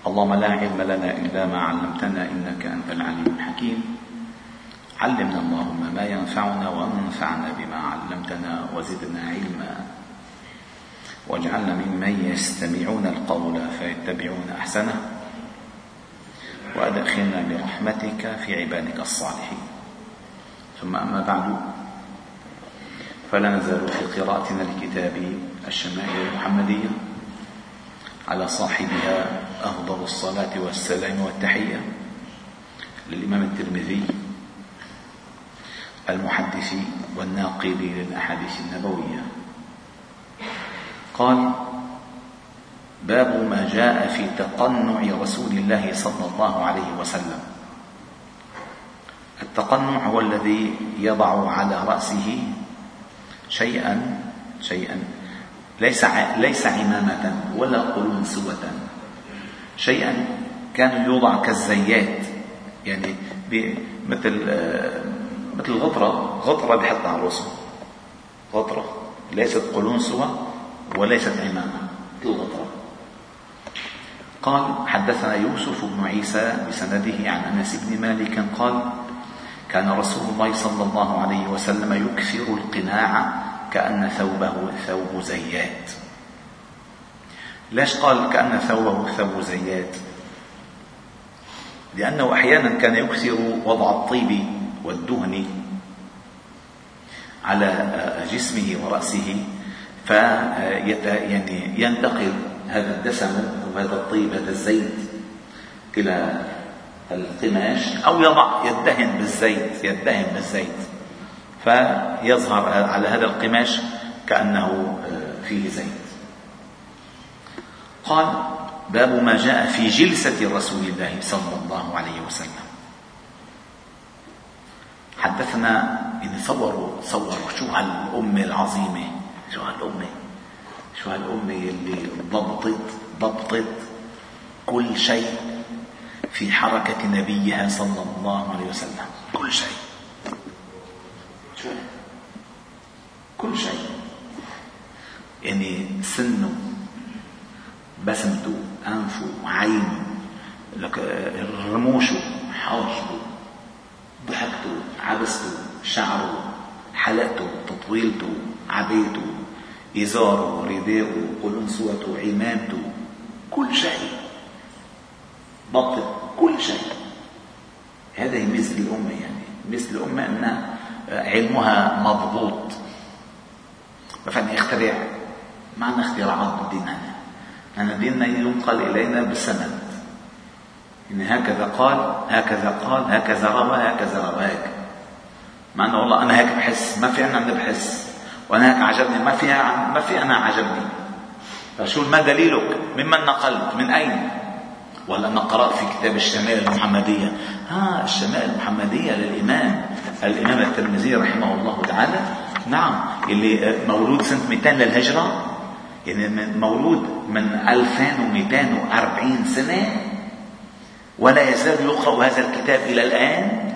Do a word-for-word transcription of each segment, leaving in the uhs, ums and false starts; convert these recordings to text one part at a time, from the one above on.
اللهم لا علم لنا إلا ما علمتنا إنك أنت العليم الحكيم. علمنا اللهم ما ينفعنا وانفعنا بما علمتنا وزدنا علما، واجعلنا ممن يستمعون القول فيتبعون أحسنه، وأدخلنا برحمتك في عبادك الصالحين. ثم أما بعد، فلا نزال في قراءتنا لكتاب الشمائل المحمدية على صاحبها أفضل الصلاة والسلام والتحية، للإمام الترمذي المحدث والناقل للأحاديث النبوية. قال: باب ما جاء في تقنع رسول الله صلى الله عليه وسلم. التقنع هو الذي يضع على رأسه شيئا شيئا ليس ليس عمامة ولا قلنسوة، شيئا كان يوضع كالزيات، يعني مثل مثل غطرة غطرة بحط على رأسه، غطرة ليست قلنسوة وليست عمامة، مثل غطرة. قال: حدثنا يوسف بن عيسى بسنده عن أنس بن مالك قال: كان رسول الله صلى الله عليه وسلم يكثر القناع كأن ثوبه ثوب زيات. ليش قال كأن ثوبه ثوب زيات؟ لأنه أحيانا كان يكثر وضع الطيب والدهن على جسمه ورأسه، يعني ينتقل هذا الدسم وهذا الطيب هذا الزيت إلى القماش، أو يضع يدهن بالزيت يدهن بالزيت فيظهر على هذا القماش كأنه فيه زيت. قال: باب ما جاء في جلسة رسول الله صلى الله عليه وسلم. حدثنا إن صوروا صوروا شو هالأمة العظيمة، شو هالأمة شو هالأمة اللي ضبطت ضبطت كل شيء في حركة نبيها صلى الله عليه وسلم، كل شيء شو كل شيء، يعني سنه، بسمته، أنفه، عينه، رموشه، حاجبه، ضحكته، عبسته، شعره، حلقته، تطويلته، عبيته، إزاره، رداءه، قلنسوته، عمامته، كل شيء ضبط كل شيء. هذا مثل الأمة، يعني مثل الأمة أن علمها مضبوط، ما فينا يخترع، ما عندنا اختراعات بالدين. أنا ديننا ينقل إلينا بالسند، إن هكذا قال هكذا قال هكذا روى هكذا رواك، مع أنه والله أنا هيك بحس، ما في أنا عندي بحس، وأنا هيك عجبني، ما في ما في أنا عجبني. فشو ما دليلك؟ ممن نقلت؟ من أين؟ ولا أنا قرأت في كتاب الشمائل المحمدية. ها الشمائل المحمدية للإمام الإمام الترمذي رحمه الله تعالى، نعم، اللي مولود سنة مئتين للهجرة، يعني مولود من ألفين ومئتين وأربعين سنة، ولا يزال يقرأ هذا الكتاب إلى الآن.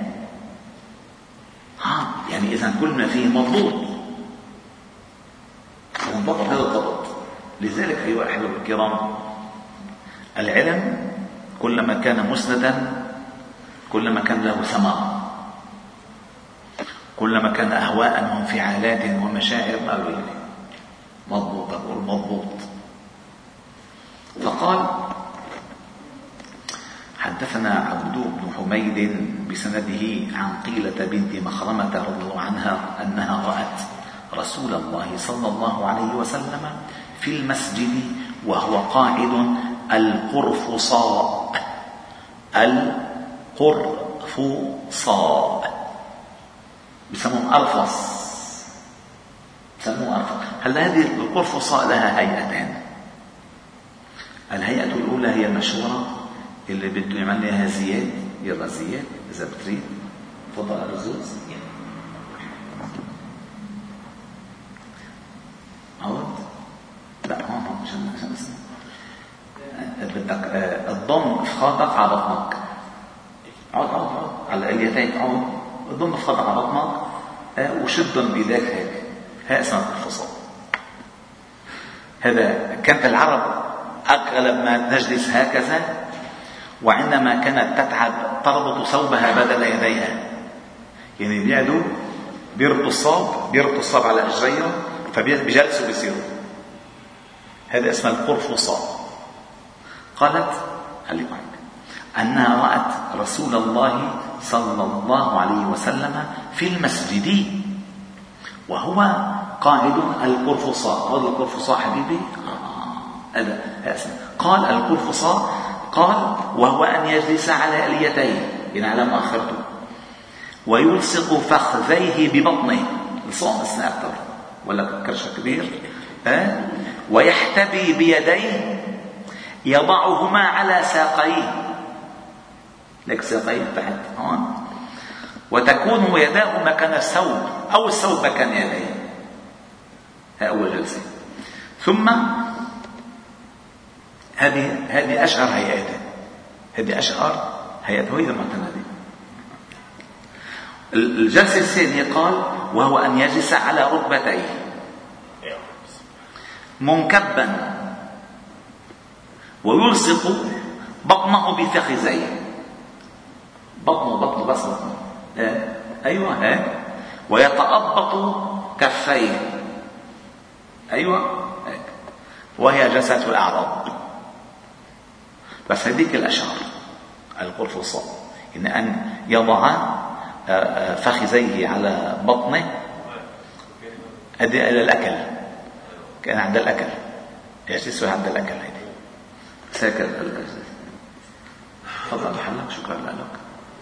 ها يعني إذن كل ما فيه مضبوط، ضبط هذا الضبط. لذلك أيها الأحباب الكرام، العلم كلما كان مسندا كلما كان له ثمر، كلما كان أهواء وانفعالات ومشاعر قلبية مضبوط. أقول مضبوط. فقال: حدثنا عبد بن حميد بسنده عن قيلة بنت مخرمة رضي الله عنها أنها رأت رسول الله صلى الله عليه وسلم في المسجد وهو قاعد القرفصاء. القرفصاء بسموه أرفص، بسموه أرفص. هل هذه القرفصاء لها هيئتين؟ الهيئة الأولى هي المشهورة اللي بده يعمل لها زياد، يلا زياد إذا بتريد، تفضل على الزوز. عود لا هون هون عشان عشان اسمه بدك الضم افخاذك على بطنك، عود عود عود على اليتين، عود الضم افخاذك على بطنك وشدهم بيديك هيك، هي اسمها القرفصاء. هذا كانت العرب أغلب ما نجلس هكذا وعندما كانت تتعب تربط ثوبها بدل يديها، يعني بيعدوا بيربطوا الصوب بيربطوا الصوب على اجريهم فبيجلسوا بيصيروا، هذا اسمه القرفصاء. قالت خليكم أنها رأت رسول الله صلى الله عليه وسلم في المسجد وهو قاعد. القرفصاء هذا القرفصاء حبيبي هذا اسمه. قال القرفصاء قال وهو أن يجلس على اليتيه يعني على مؤخرته ويلصق فخذيه ببطنه لصوم السنة أكثر ولا كرشة كبير أه؟ ويحتبي بيديه يضعهما على ساقيه لك ساقيه تحت هون وتكون يداه مكان الثوب أو الثوب مكان يديه. هذا أول جلسة. ثم هذه هذه أشهر هيئاته هذه أشهر هيئاته هي المعتمدة. الجلسة الثانية قال وهو أن يجلس على ركبتيه منكبا ويلصق بطنه بفخذيه بطنه بطنه بس بطنه اه. أيوة ها ويتأبط كفيه أيوة هيك. وهي جلسة الأعراب. بس هذيك الأشهر القرفصاء إن أن يضع فخذيه على بطنه أدي إلى الأكل كان عند الأكل يجلسوا عند الأكل هيدي ساكر. تفضل محلك شكرا لك.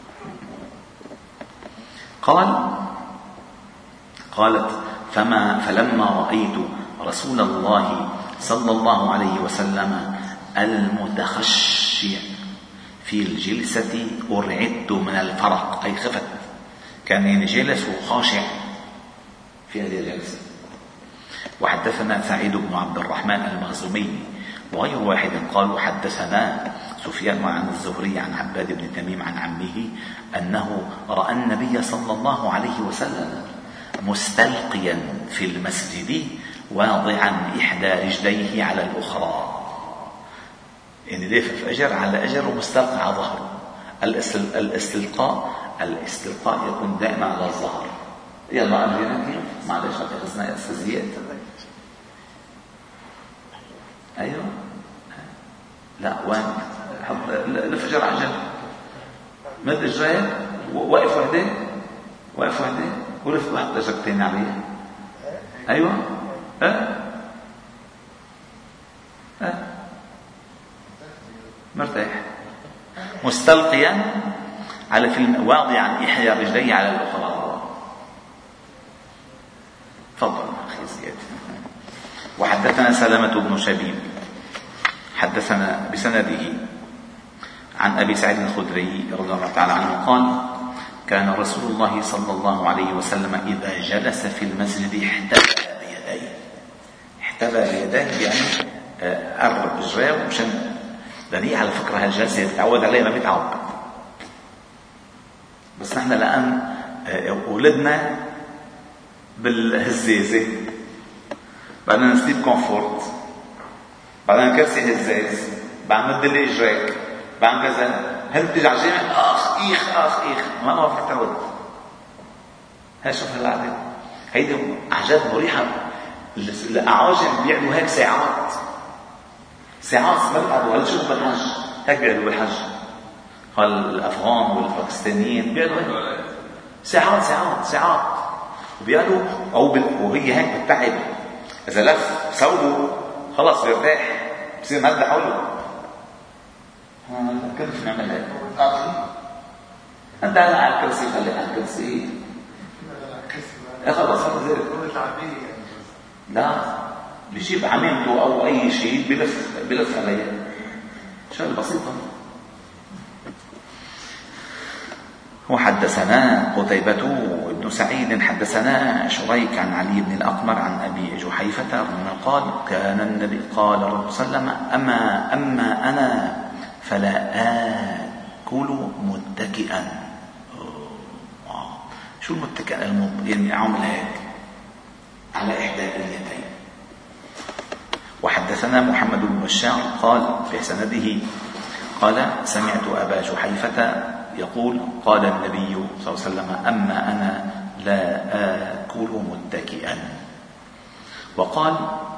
قال قالت فما فلما رأيت رسول الله صلى الله عليه وسلم المتخشع في الجلسة أرعدت من الفرق أي خفت كان يعني جالس وخاشع في هذه الجلسة. وحدثنا سعيد بن عبد الرحمن المخزومي وغير واحد قالوا حدثنا سفيان عن الزهري عن عباد بن تميم عن عمه أنه رأى النبي صلى الله عليه وسلم مستلقيا في المسجد واضعا إحدى رجليه على الأخرى يعني لافف أجر على أجر ومستلقى على ظهره. الاستلقاء الاستلقاء يكون دائما على الظهر. يلا أمرنا كيف معلش أخذنا يا أستاذ زياد. أيوة لا وين حط الفجر عجل مد الجاية واقف وحده واقف وحده ولف واحد رجلتين عليه. أيوة أه أه مرتاح مستلقيا على في واضعا إحدى رجليه على الأخرى. تفضل أخي زياد. وحدثنا سلامة بن شبيب حدثنا بسنده عن أبي سعيد الخدري رضي الله تعالى عنه قال كان رسول الله صلى الله عليه وسلم إذا جلس في المسجد احتبى بيديه احتبى بيديه يعني قرب إجراه ومشان لأني على فكرة هالجلسة يتعود عليها ما بيتعود. بس نحن الآن ولدنا بالهزازة بعدين نسليب كونفورت بعدين كرسي هزاز بعدين مد لي إجراك بعدين كذا هل بتيجي على الجامع آخ إيخ آخ إيخ ما ما فيك تعود. هاي شوف هالعادة هيدي أعجاب مريحة. الأعاجم بيعملوا هيك ساعات ساعات ما بيقعدوا هلا شوفوا بالحج هيك بيقعدوا بالحج. قال الأفغان والباكستانيين بيقعدوا هيك ساعات ساعات ساعات وبيقعدوا أو بال... وهي هيك بتتعب. إذا لف ثوبه خلاص بيرتاح بصير مادة حوله. ها كيف نعمل هيك؟ أنت على الكرسي خلي على الكرسي. إيه خلاص هذا لا بيجيب عمامته أو أي شيء بلف بلف عليه شغلة بسيطة. وحدثنا قتيبة بن سعيد حدثنا شريك عن علي بن الأقمر عن أبي جحيفة قال كان النبي قال صلى الله عليه وسلم أما, أما أنا فلا آكل متكئا. شو المتكئ يعني عامل هيك على إحدى اليدين. وحدثنا محمد بن بشار قال في سنده قال سمعت أبا جحيفة يقول قال النبي صلى الله عليه وسلم أما أنا لا آكل متكئا. وقال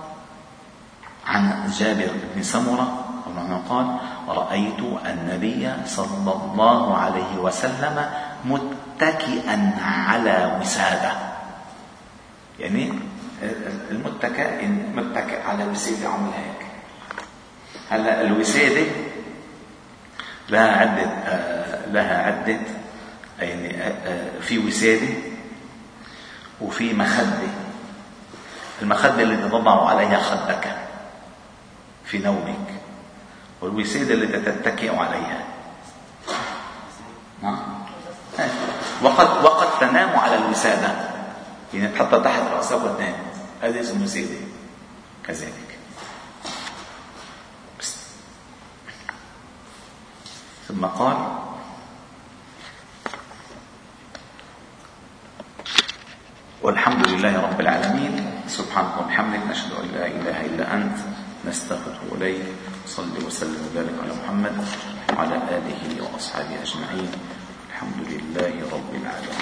عن جابر بن سمرة قال رأيت النبي صلى الله عليه وسلم متكئا على وسادة، يعني المتكئ متكئ على وسادة عمل هيك. هلا الوسادة لها عدة لها عدة يعني في وسادة وفي مخدة. المخدة اللي تضع عليها خدك في نومك، والوسادة اللي تتكئ عليها. وقد وقد تنام على الوسادة، يعني تحطها تحت رأسك وتنام، هذه اسمها وسادة كذلك. ثم قال والحمد لله رب العالمين، سبحانك وبحمدك، نشهد أن لا إله إلا أنت، نستغفرك إليك. صلي وسلم وبارك على محمد وعلى آله وأصحابه أجمعين. الحمد لله رب العالمين.